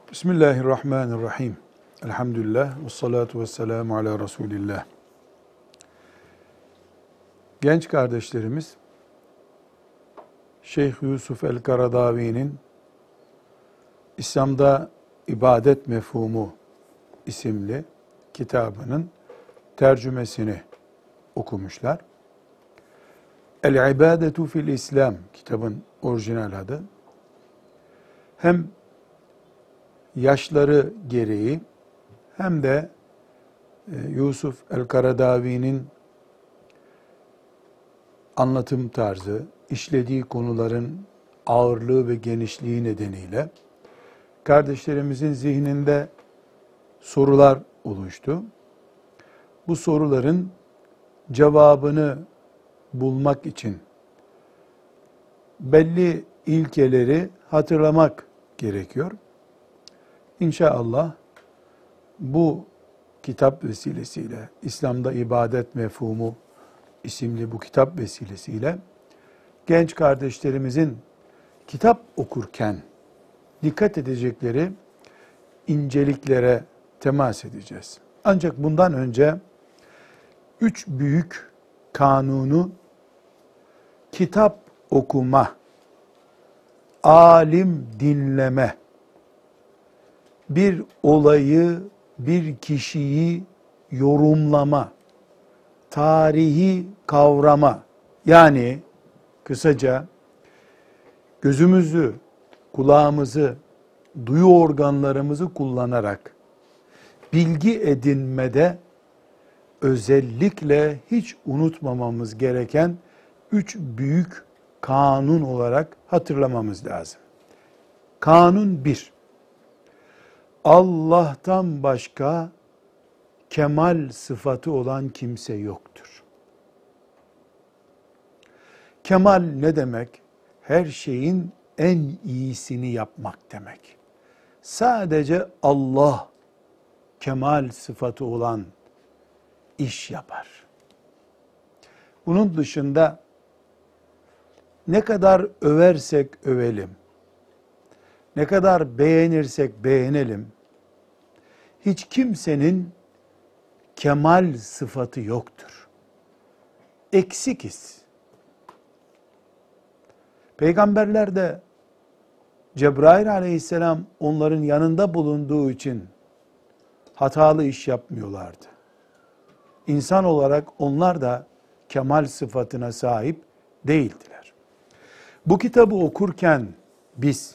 Bismillahirrahmanirrahim. Elhamdülillah ve salatu ve selamu ala Resulillah. Genç kardeşlerimiz, Şeyh Yusuf el-Karadavi'nin İslam'da İbadet Mefhumu isimli kitabının tercümesini okumuşlar. El-İbadetu fil İslam kitabın orijinal adı. Hem yaşları gereği hem de Yusuf el-Karadavi'nin anlatım tarzı, işlediği konuların ağırlığı ve genişliği nedeniyle kardeşlerimizin zihninde sorular oluştu. Bu soruların cevabını bulmak için belli ilkeleri hatırlamak gerekiyor. İnşallah bu kitap vesilesiyle, İslam'da İbadet Mefhumu isimli bu kitap vesilesiyle genç kardeşlerimizin kitap okurken dikkat edecekleri inceliklere temas edeceğiz. Ancak bundan önce 3 büyük kanunu kitap okuma, alim dinleme, bir olayı, bir kişiyi yorumlama, tarihi kavrama, yani kısaca gözümüzü, kulağımızı, duyu organlarımızı kullanarak bilgi edinmede özellikle hiç unutmamamız gereken 3 büyük kanun olarak hatırlamamız lazım. Kanun 1. Allah'tan başka kemal sıfatı olan kimse yoktur. Kemal ne demek? Her şeyin en iyisini yapmak demek. Sadece Allah kemal sıfatı olan iş yapar. Bunun dışında ne kadar översek övelim, ne kadar beğenirsek beğenelim, hiç kimsenin kemal sıfatı yoktur. Eksikiz. Peygamberler de Cebrail aleyhisselam onların yanında bulunduğu için hatalı iş yapmıyorlardı. İnsan olarak onlar da kemal sıfatına sahip değildiler. Bu kitabı okurken biz,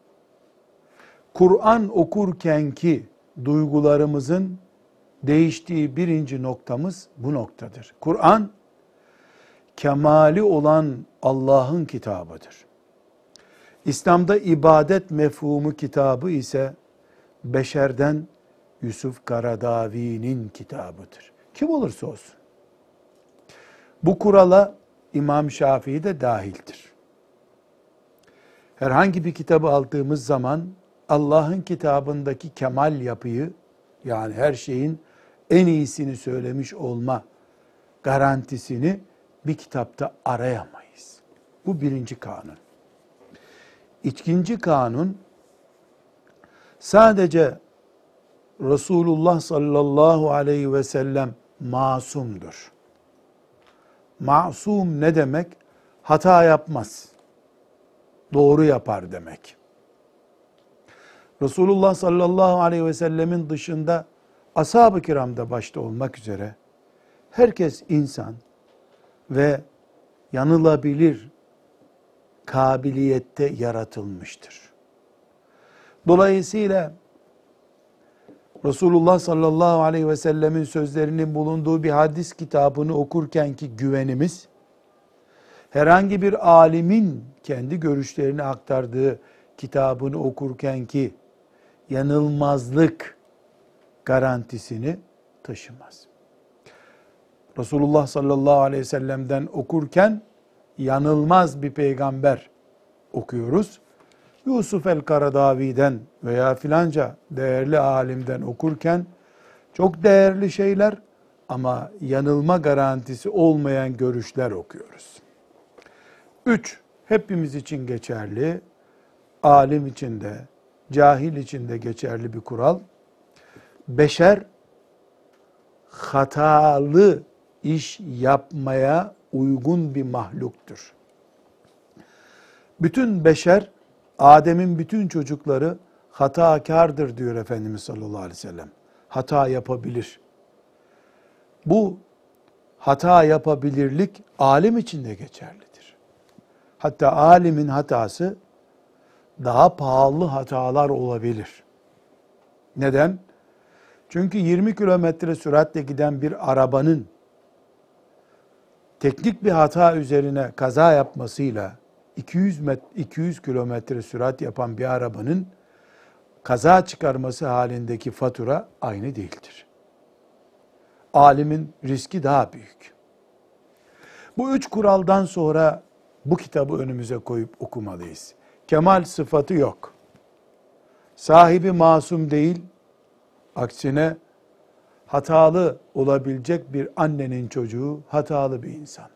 Kur'an okurkenki duygularımızın değiştiği birinci noktamız bu noktadır. Kur'an, kemali olan Allah'ın kitabıdır. İslam'da ibadet mefhumu kitabı ise beşerden Yusuf Karadavi'nin kitabıdır. Kim olursa olsun. Bu kurala İmam Şafii de dahildir. Herhangi bir kitabı aldığımız zaman Allah'ın kitabındaki kemal yapıyı, yani her şeyin en iyisini söylemiş olma garantisini bir kitapta arayamayız. Bu birinci kanun. İkinci kanun, sadece Resulullah sallallahu aleyhi ve sellem masumdur. Masum ne demek? Hata yapmaz. Doğru yapar demek. Resulullah sallallahu aleyhi ve sellemin dışında ashab-ı kiramda başta olmak üzere herkes insan ve yanılabilir kabiliyette yaratılmıştır. Dolayısıyla Resulullah sallallahu aleyhi ve sellemin sözlerinin bulunduğu bir hadis kitabını okurkenki güvenimiz, herhangi bir alimin kendi görüşlerini aktardığı kitabını okurkenki yanılmazlık garantisini taşımaz. Resulullah sallallahu aleyhi ve sellem'den okurken yanılmaz bir peygamber okuyoruz. Yusuf el-Karadavi'den veya filanca değerli alimden okurken çok değerli şeyler ama yanılma garantisi olmayan görüşler okuyoruz. 3. Hepimiz için geçerli, alim için de, cahil için de geçerli bir kural. Beşer hatalı iş yapmaya uygun bir mahluktur. Bütün beşer, Adem'in bütün çocukları hatakardır diyor Efendimiz sallallahu aleyhi ve sellem. Hata yapabilir. Bu hata yapabilirlik alim için de geçerlidir. Hatta alimin hatası daha pahalı hatalar olabilir. Neden? Çünkü 20 kilometre süratle giden bir arabanın teknik bir hata üzerine kaza yapmasıyla 200 kilometre sürat yapan bir arabanın kaza çıkarması halindeki fatura aynı değildir. Alimin riski daha büyük. Bu üç kuraldan sonra bu kitabı önümüze koyup okumalıyız. Kemal sıfatı yok. Sahibi masum değil, aksine hatalı olabilecek bir annenin çocuğu hatalı bir insan.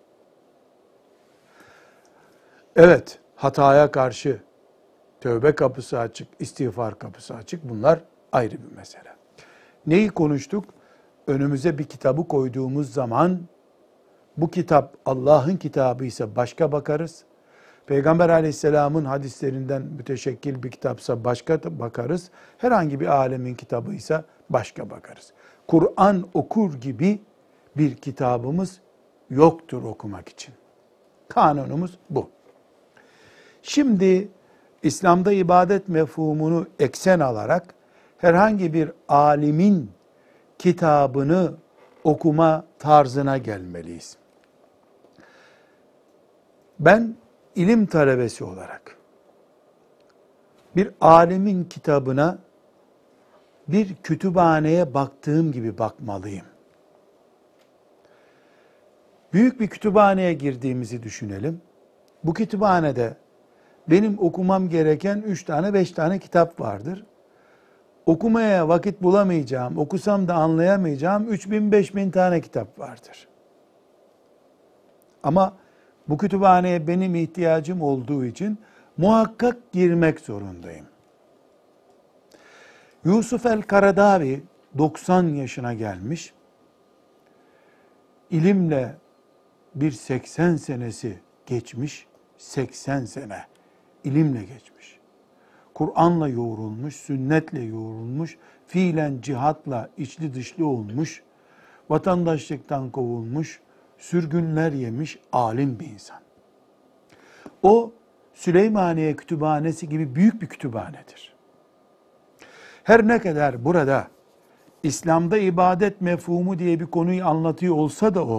Evet, hataya karşı tövbe kapısı açık, istiğfar kapısı açık. Bunlar ayrı bir mesele. Neyi konuştuk? Önümüze bir kitabı koyduğumuz zaman bu kitap Allah'ın kitabı ise başka bakarız. Peygamber aleyhisselamın hadislerinden müteşekkil bir kitapsa başka bakarız. Herhangi bir alemin kitabıysa başka bakarız. Kur'an okur gibi bir kitabımız yoktur okumak için. Kanunumuz bu. Şimdi İslam'da ibadet mefhumunu eksen alarak herhangi bir alimin kitabını okuma tarzına gelmeliyiz. Ben ilim talebesi olarak bir alimin kitabına bir kütüphaneye baktığım gibi bakmalıyım. Büyük bir kütüphaneye girdiğimizi düşünelim. Bu kütüphanede benim okumam gereken 3 tane 5 tane kitap vardır. Okumaya vakit bulamayacağım, okusam da anlayamayacağım 3000-5000 tane kitap vardır. Ama bu kütüphaneye benim ihtiyacım olduğu için muhakkak girmek zorundayım. Yusuf el-Karadavi 90 yaşına gelmiş. İlimle bir 80 senesi geçmiş. 80 sene ilimle geçmiş. Kur'an'la yoğrulmuş, sünnetle yoğrulmuş, fiilen cihatla içli dışlı olmuş, vatandaşlıktan kovulmuş, sürgünler yemiş alim bir insan. O Süleymaniye Kütüphanesi gibi büyük bir kütüphanedir. Her ne kadar burada İslam'da ibadet mefhumu diye bir konuyu anlatıyor olsa da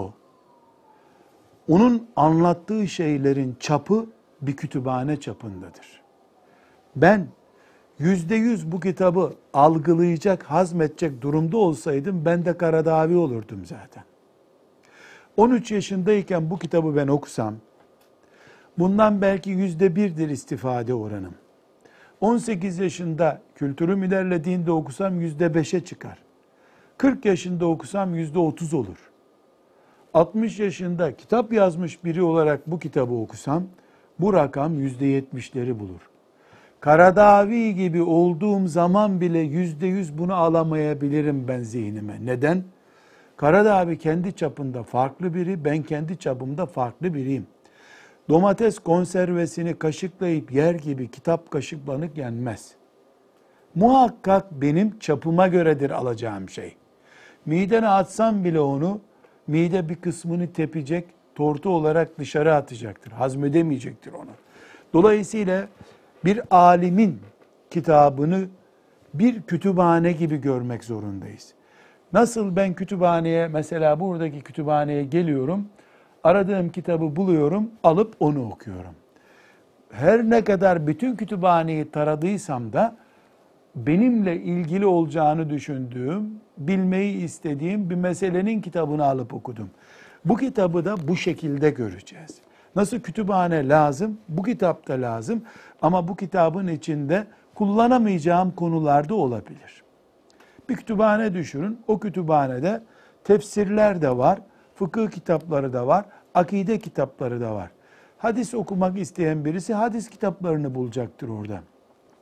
onun anlattığı şeylerin çapı bir kütüphane çapındadır. Ben %100 bu kitabı algılayacak, hazmedecek durumda olsaydım ben de Karadavi olurdum zaten. 13 yaşındayken bu kitabı ben okusam, bundan belki %1'dir istifade oranım. 18 yaşında kültürüm ilerlediğinde okusam %5'e çıkar. 40 yaşında okusam %30 olur. 60 yaşında kitap yazmış biri olarak bu kitabı okusam, bu rakam %70'leri bulur. Karadavi gibi olduğum zaman bile %100 bunu alamayabilirim ben zihnime. Neden? Karadavi kendi çapında farklı biri, ben kendi çapımda farklı biriyim. Domates konservesini kaşıklayıp yer gibi kitap kaşıklanıp yenmez. Muhakkak benim çapıma göredir alacağım şey. Midene atsam bile onu, mide bir kısmını tepecek, tortu olarak dışarı atacaktır. Hazmedemeyecektir onu. Dolayısıyla bir alimin kitabını bir kütüphane gibi görmek zorundayız. Nasıl ben kütüphaneye, mesela buradaki kütüphaneye geliyorum, aradığım kitabı buluyorum, alıp onu okuyorum. Her ne kadar bütün kütüphaneyi taradıysam da benimle ilgili olacağını düşündüğüm, bilmeyi istediğim bir meselenin kitabını alıp okudum. Bu kitabı da bu şekilde göreceğiz. Nasıl kütüphane lazım? Bu kitap da lazım. Ama bu kitabın içinde kullanamayacağım konularda olabilir. Bir kütüphane düşünün. O kütüphanede tefsirler de var, fıkıh kitapları da var, akide kitapları da var. Hadis okumak isteyen birisi hadis kitaplarını bulacaktır orada.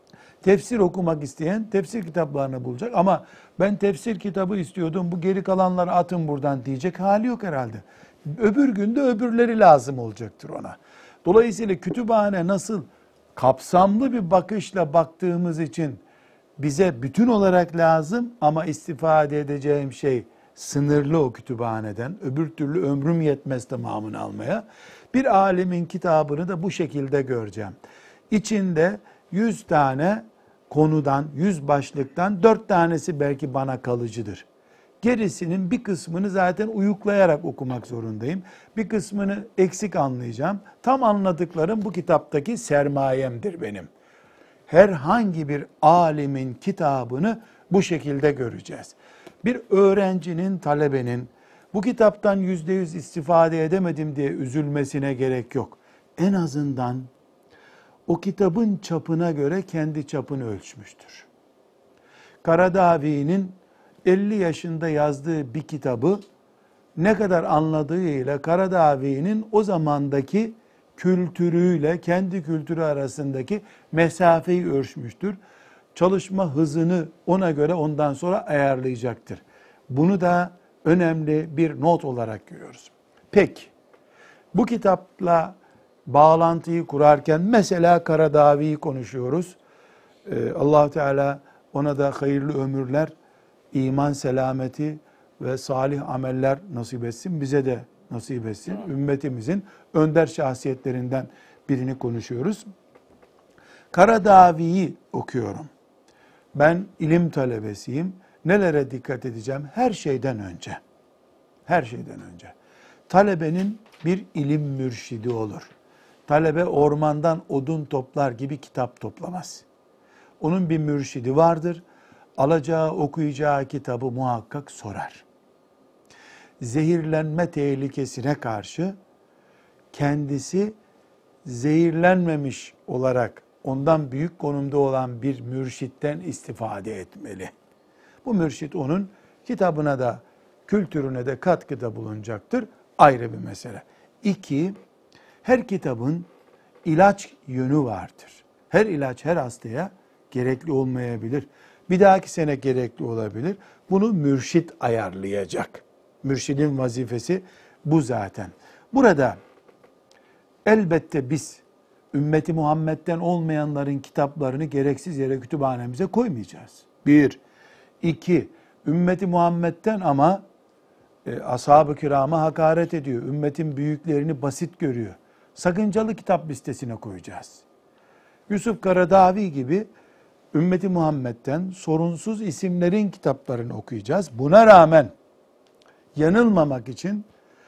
Tefsir okumak isteyen tefsir kitaplarını bulacak ama ben tefsir kitabı istiyordum, bu geri kalanları atın buradan diyecek hali yok herhalde. Öbür günde öbürleri lazım olacaktır ona. Dolayısıyla kütüphane nasıl kapsamlı bir bakışla baktığımız için bize bütün olarak lazım ama istifade edeceğim şey sınırlı o kütüphaneden. Öbür türlü ömrüm yetmez tamamını almaya. Bir alimin kitabını da bu şekilde göreceğim. İçinde 100 tane konudan, 100 başlıktan 4 tanesi belki bana kalıcıdır. Gerisinin bir kısmını zaten uyuklayarak okumak zorundayım. Bir kısmını eksik anlayacağım. Tam anladıklarım bu kitaptaki sermayemdir benim. Herhangi bir alimin kitabını bu şekilde göreceğiz. Bir öğrencinin, talebenin bu kitaptan %100 istifade edemedim diye üzülmesine gerek yok. En azından o kitabın çapına göre kendi çapını ölçmüştür. Karadavi'nin 50 yaşında yazdığı bir kitabı ne kadar anladığıyla Karadavi'nin o zamandaki kültürüyle kendi kültürü arasındaki mesafeyi ölçmüştür. Çalışma hızını ona göre ondan sonra ayarlayacaktır. Bunu da önemli bir not olarak görüyoruz. Peki, bu kitapla bağlantıyı kurarken mesela Karadavi'yi konuşuyoruz. Allah Teala ona da hayırlı ömürler, iman selameti ve salih ameller nasip etsin. Bize de nasip etsin. Ümmetimizin önder şahsiyetlerinden birini konuşuyoruz. Karadavi'yi okuyorum. Ben ilim talebesiyim. Nelere dikkat edeceğim? Her şeyden önce. Her şeyden önce. Talebenin bir ilim mürşidi olur. Talebe ormandan odun toplar gibi kitap toplamaz. Onun bir mürşidi vardır. Alacağı, okuyacağı kitabı muhakkak sorar. Zehirlenme tehlikesine karşı kendisi zehirlenmemiş olarak ondan büyük konumda olan bir mürşitten istifade etmeli. Bu mürşit onun kitabına da kültürüne de katkıda bulunacaktır. Ayrı bir mesele. 2, her kitabın ilaç yönü vardır. Her ilaç her hastaya gerekli olmayabilir. Bir dahaki sene gerekli olabilir. Bunu mürşit ayarlayacak. Mürşidin vazifesi bu zaten. Burada elbette biz ümmeti Muhammed'den olmayanların kitaplarını gereksiz yere kütüphanemize koymayacağız. 1. 2. Ümmeti Muhammed'den ama ashab-ı kirama hakaret ediyor. Ümmetin büyüklerini basit görüyor. Sakıncalı kitap listesine koyacağız. Yusuf Karadavi gibi ümmeti Muhammed'den sorunsuz isimlerin kitaplarını okuyacağız. Buna rağmen yanılmamak için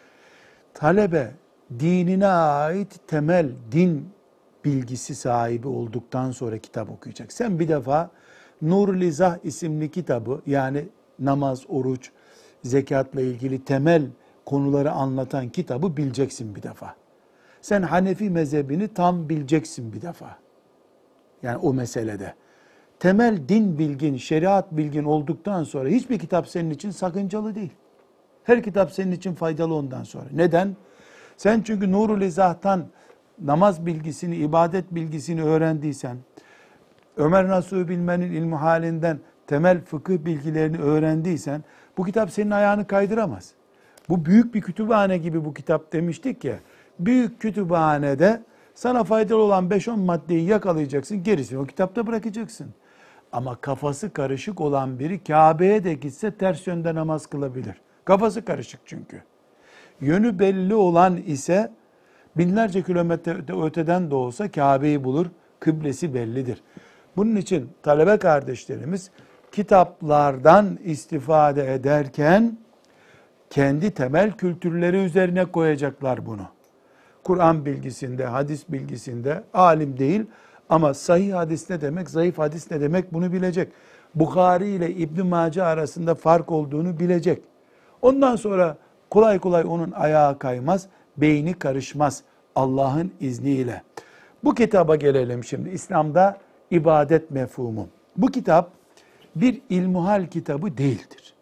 talebe dinine ait temel din bilgisi sahibi olduktan sonra kitap okuyacak. Sen bir defa Nur-ül İzah isimli kitabı, yani namaz, oruç, zekatla ilgili temel konuları anlatan kitabı bileceksin bir defa. Sen Hanefi mezhebini tam bileceksin bir defa. Yani o meselede. Temel din bilgin, şeriat bilgin olduktan sonra hiçbir kitap senin için sakıncalı değil. Her kitap senin için faydalı ondan sonra. Neden? Sen çünkü Nur-ül İzah'tan namaz bilgisini, ibadet bilgisini öğrendiysen, Ömer Nasuh Bilmen'in ilmi halinden temel fıkıh bilgilerini öğrendiysen, bu kitap senin ayağını kaydıramaz. Bu büyük bir kütüphane gibi bu kitap demiştik ya, büyük kütüphanede sana faydalı olan 5-10 maddeyi yakalayacaksın, gerisini o kitapta bırakacaksın. Ama kafası karışık olan biri Kabe'ye de gitse ters yönde namaz kılabilir. Kafası karışık çünkü. Yönü belli olan ise binlerce kilometre öteden de olsa Kabe'yi bulur, kıblesi bellidir. Bunun için talebe kardeşlerimiz kitaplardan istifade ederken kendi temel kültürleri üzerine koyacaklar bunu. Kur'an bilgisinde, hadis bilgisinde alim değil ama sahih hadis ne demek, zayıf hadis ne demek bunu bilecek. Bukhari ile İbn Mace arasında fark olduğunu bilecek. Ondan sonra kolay kolay onun ayağı kaymaz, beyni karışmaz Allah'ın izniyle. Bu kitaba gelelim şimdi. İslam'da ibadet mefhumu. Bu kitap bir ilmuhal kitabı değildir.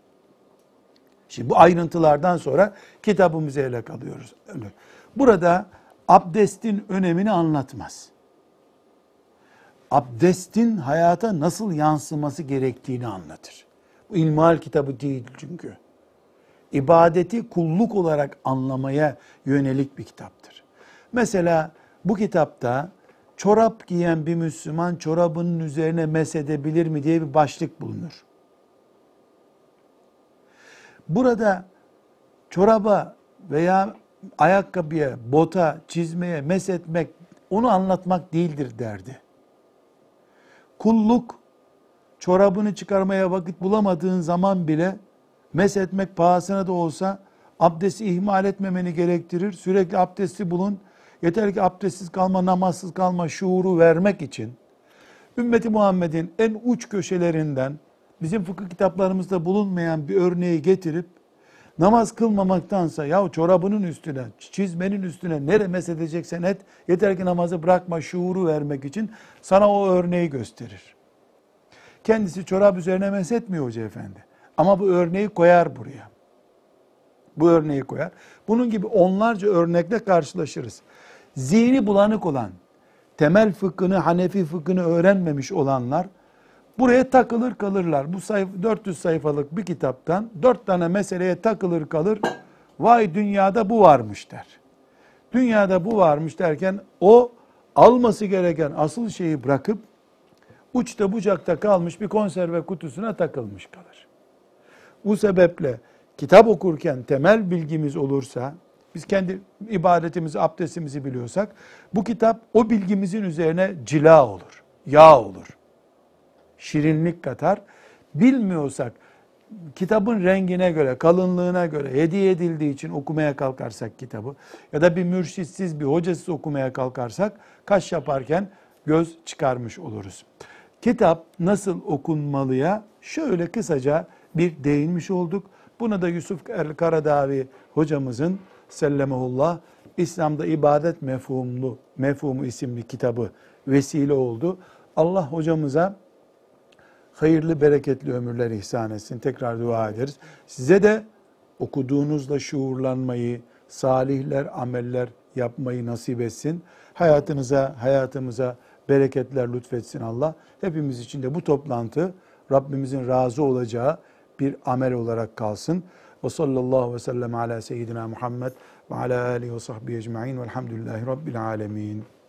Şimdi bu ayrıntılardan sonra kitabımızı ele alıyoruz. Burada abdestin önemini anlatmaz. abdestin hayata nasıl yansıması gerektiğini anlatır. Bu ilmihal kitabı değil çünkü. İbadeti kulluk olarak anlamaya yönelik bir kitaptır. Mesela bu kitapta çorap giyen bir Müslüman çorabının üzerine mesedebilir mi diye bir başlık bulunur. Burada çoraba veya ayakkabıya, bota, çizmeye mesetmek, onu anlatmak değildir derdi. Kulluk, çorabını çıkarmaya vakit bulamadığın zaman bile mesetmek pahasına da olsa abdesti ihmal etmemeni gerektirir. Sürekli abdesti bulun. Yeter ki abdestsiz kalma, namazsız kalma şuuru vermek için ümmeti Muhammed'in en uç köşelerinden bizim fıkıh kitaplarımızda bulunmayan bir örneği getirip namaz kılmamaktansa ya çorabının üstüne, çizmenin üstüne nere mesedeceksen et, yeter ki namazı bırakma şuuru vermek için sana o örneği gösterir. Kendisi çorap üzerine mesetmiyor Hoca Efendi. Ama bu örneği koyar buraya. Bu örneği koyar. Bunun gibi onlarca örnekle karşılaşırız. Zihni bulanık olan, temel fıkhını, Hanefi fıkhını öğrenmemiş olanlar buraya takılır kalırlar. Bu 400 sayfalık bir kitaptan 4 tane meseleye takılır kalır. Vay dünyada bu varmış der. Dünyada bu varmış derken o alması gereken asıl şeyi bırakıp uçta bucakta kalmış bir konserve kutusuna takılmış kalır. Bu sebeple kitap okurken temel bilgimiz olursa, biz kendi ibadetimizi, abdestimizi biliyorsak, bu kitap o bilgimizin üzerine cila olur, yağ olur, şirinlik katar. Bilmiyorsak, kitabın rengine göre, kalınlığına göre hediye edildiği için okumaya kalkarsak kitabı ya da bir mürşitsiz, bir hocasız okumaya kalkarsak kaş yaparken göz çıkarmış oluruz. Kitap nasıl okunmalıya şöyle kısaca bir değinmiş olduk. Buna da Yusuf el-Karadavi hocamızın sellemehullah İslam'da ibadet mefhumu isimli kitabı vesile oldu. Allah hocamıza hayırlı, bereketli ömürler ihsan etsin. Tekrar dua ederiz. Size de okuduğunuzla şuurlanmayı, salihler, ameller yapmayı nasip etsin. Hayatımıza bereketler lütfetsin Allah. Hepimiz için de bu toplantı Rabbimizin razı olacağı bir amel olarak kalsın. Ve sallallahu ve sellem ala seyyidina Muhammed ve ala alihi ve sahbihi ecma'in velhamdülillahi rabbil alemin.